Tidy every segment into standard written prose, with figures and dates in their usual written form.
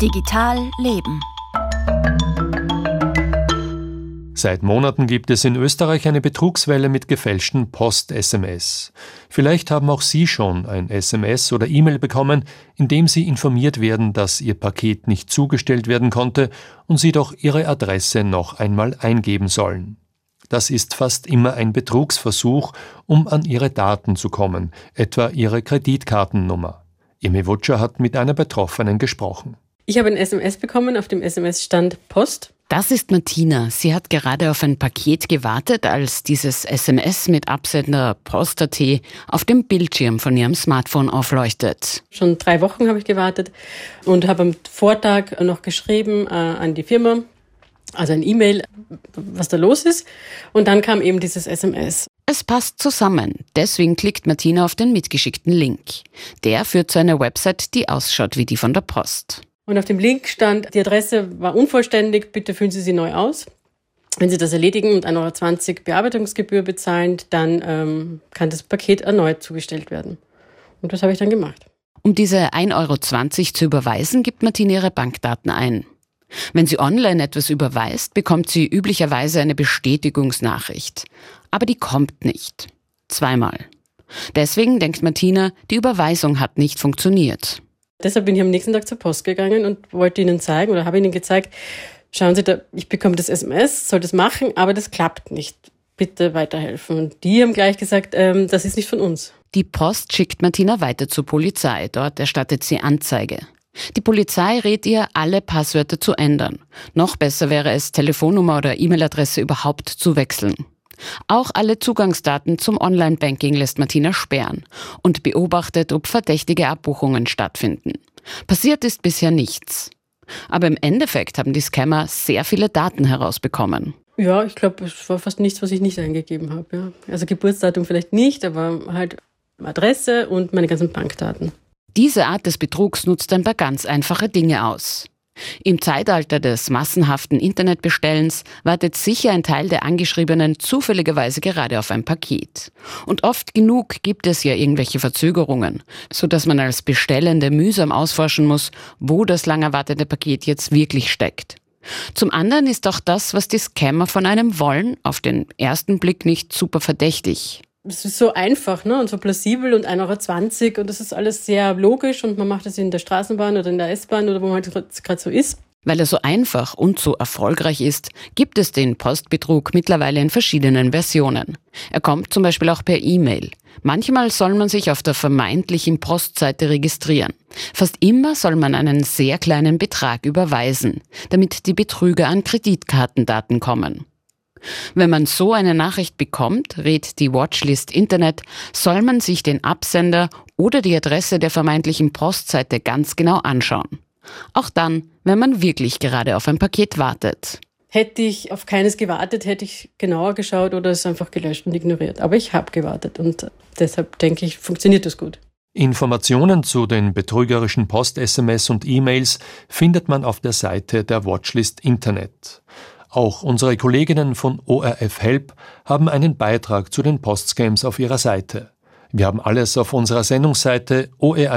Digital Leben. Seit Monaten gibt es in Österreich eine Betrugswelle mit gefälschten Post-SMS. Vielleicht haben auch Sie schon ein SMS oder E-Mail bekommen, in dem Sie informiert werden, dass Ihr Paket nicht zugestellt werden konnte und Sie doch Ihre Adresse noch einmal eingeben sollen. Das ist fast immer ein Betrugsversuch, um an Ihre Daten zu kommen, etwa Ihre Kreditkartennummer. Emi Wutscher hat mit einer Betroffenen gesprochen. Ich habe ein SMS bekommen, auf dem SMS stand Post. Das ist Martina. Sie hat gerade auf ein Paket gewartet, als dieses SMS mit Absender Post.at auf dem Bildschirm von ihrem Smartphone aufleuchtet. Schon 3 Wochen habe ich gewartet und habe am Vortag noch geschrieben an die Firma, also ein E-Mail, was da los ist. Und dann kam eben dieses SMS. Es passt zusammen. Deswegen klickt Martina auf den mitgeschickten Link. Der führt zu einer Website, die ausschaut wie die von der Post. Und auf dem Link stand, die Adresse war unvollständig, bitte füllen Sie sie neu aus. Wenn Sie das erledigen und 1,20 € Bearbeitungsgebühr bezahlen, dann kann das Paket erneut zugestellt werden. Und das habe ich dann gemacht. Um diese 1,20 € zu überweisen, gibt Martina ihre Bankdaten ein. Wenn sie online etwas überweist, bekommt sie üblicherweise eine Bestätigungsnachricht. Aber die kommt nicht. 2-mal. Deswegen denkt Martina, die Überweisung hat nicht funktioniert. Deshalb bin ich am nächsten Tag zur Post gegangen und wollte ihnen zeigen oder habe ihnen gezeigt, schauen Sie, ich bekomme das SMS, soll das machen, aber das klappt nicht. Bitte weiterhelfen. Und die haben gleich gesagt, das ist nicht von uns. Die Post schickt Martina weiter zur Polizei. Dort erstattet sie Anzeige. Die Polizei rät ihr, alle Passwörter zu ändern. Noch besser wäre es, Telefonnummer oder E-Mail-Adresse überhaupt zu wechseln. Auch alle Zugangsdaten zum Online-Banking lässt Martina sperren und beobachtet, ob verdächtige Abbuchungen stattfinden. Passiert ist bisher nichts. Aber im Endeffekt haben die Scammer sehr viele Daten herausbekommen. Ja, ich glaube, es war fast nichts, was ich nicht eingegeben habe. Ja. Also Geburtsdatum vielleicht nicht, aber halt Adresse und meine ganzen Bankdaten. Diese Art des Betrugs nutzt ein paar ganz einfache Dinge aus. Im Zeitalter des massenhaften Internetbestellens wartet sicher ein Teil der Angeschriebenen zufälligerweise gerade auf ein Paket. Und oft genug gibt es ja irgendwelche Verzögerungen, sodass man als Bestellende mühsam ausforschen muss, wo das lang erwartete Paket jetzt wirklich steckt. Zum anderen ist auch das, was die Scammer von einem wollen, auf den ersten Blick nicht super verdächtig. Es ist so einfach, ne? Und so plausibel und 1,20 € und das ist alles sehr logisch und man macht das in der Straßenbahn oder in der S-Bahn oder wo man halt gerade so ist. Weil er so einfach und so erfolgreich ist, gibt es den Postbetrug mittlerweile in verschiedenen Versionen. Er kommt zum Beispiel auch per E-Mail. Manchmal soll man sich auf der vermeintlichen Postseite registrieren. Fast immer soll man einen sehr kleinen Betrag überweisen, damit die Betrüger an Kreditkartendaten kommen. Wenn man so eine Nachricht bekommt, rät die Watchlist Internet, soll man sich den Absender oder die Adresse der vermeintlichen Postseite ganz genau anschauen. Auch dann, wenn man wirklich gerade auf ein Paket wartet. Hätte ich auf keines gewartet, hätte ich genauer geschaut oder es einfach gelöscht und ignoriert. Aber ich habe gewartet und deshalb denke ich, funktioniert das gut. Informationen zu den betrügerischen Post-SMS und E-Mails findet man auf der Seite der Watchlist Internet. Auch unsere Kolleginnen von ORF Help haben einen Beitrag zu den Postscams auf ihrer Seite. Wir haben alles auf unserer Sendungsseite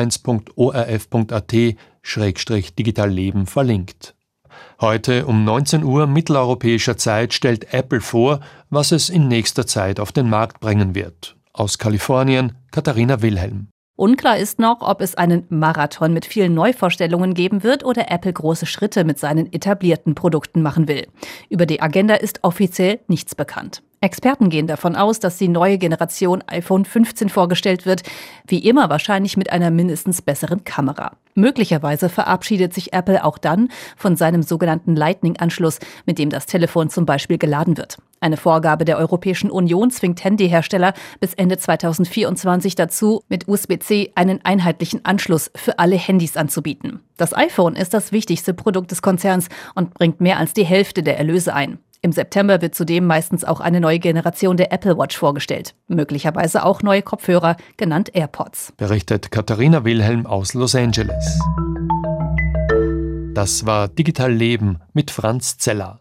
oe1.orf.at/digitalleben verlinkt. Heute um 19 Uhr mitteleuropäischer Zeit stellt Apple vor, was es in nächster Zeit auf den Markt bringen wird. Aus Kalifornien, Katharina Wilhelm. Unklar ist noch, ob es einen Marathon mit vielen Neuvorstellungen geben wird oder Apple große Schritte mit seinen etablierten Produkten machen will. Über die Agenda ist offiziell nichts bekannt. Experten gehen davon aus, dass die neue Generation iPhone 15 vorgestellt wird, wie immer wahrscheinlich mit einer mindestens besseren Kamera. Möglicherweise verabschiedet sich Apple auch dann von seinem sogenannten Lightning-Anschluss, mit dem das Telefon zum Beispiel geladen wird. Eine Vorgabe der Europäischen Union zwingt Handyhersteller bis Ende 2024 dazu, mit USB-C einen einheitlichen Anschluss für alle Handys anzubieten. Das iPhone ist das wichtigste Produkt des Konzerns und bringt mehr als die Hälfte der Erlöse ein. Im September wird zudem meistens auch eine neue Generation der Apple Watch vorgestellt. Möglicherweise auch neue Kopfhörer, genannt AirPods. Berichtet Katharina Wilhelm aus Los Angeles. Das war Digital Leben mit Franz Zeller.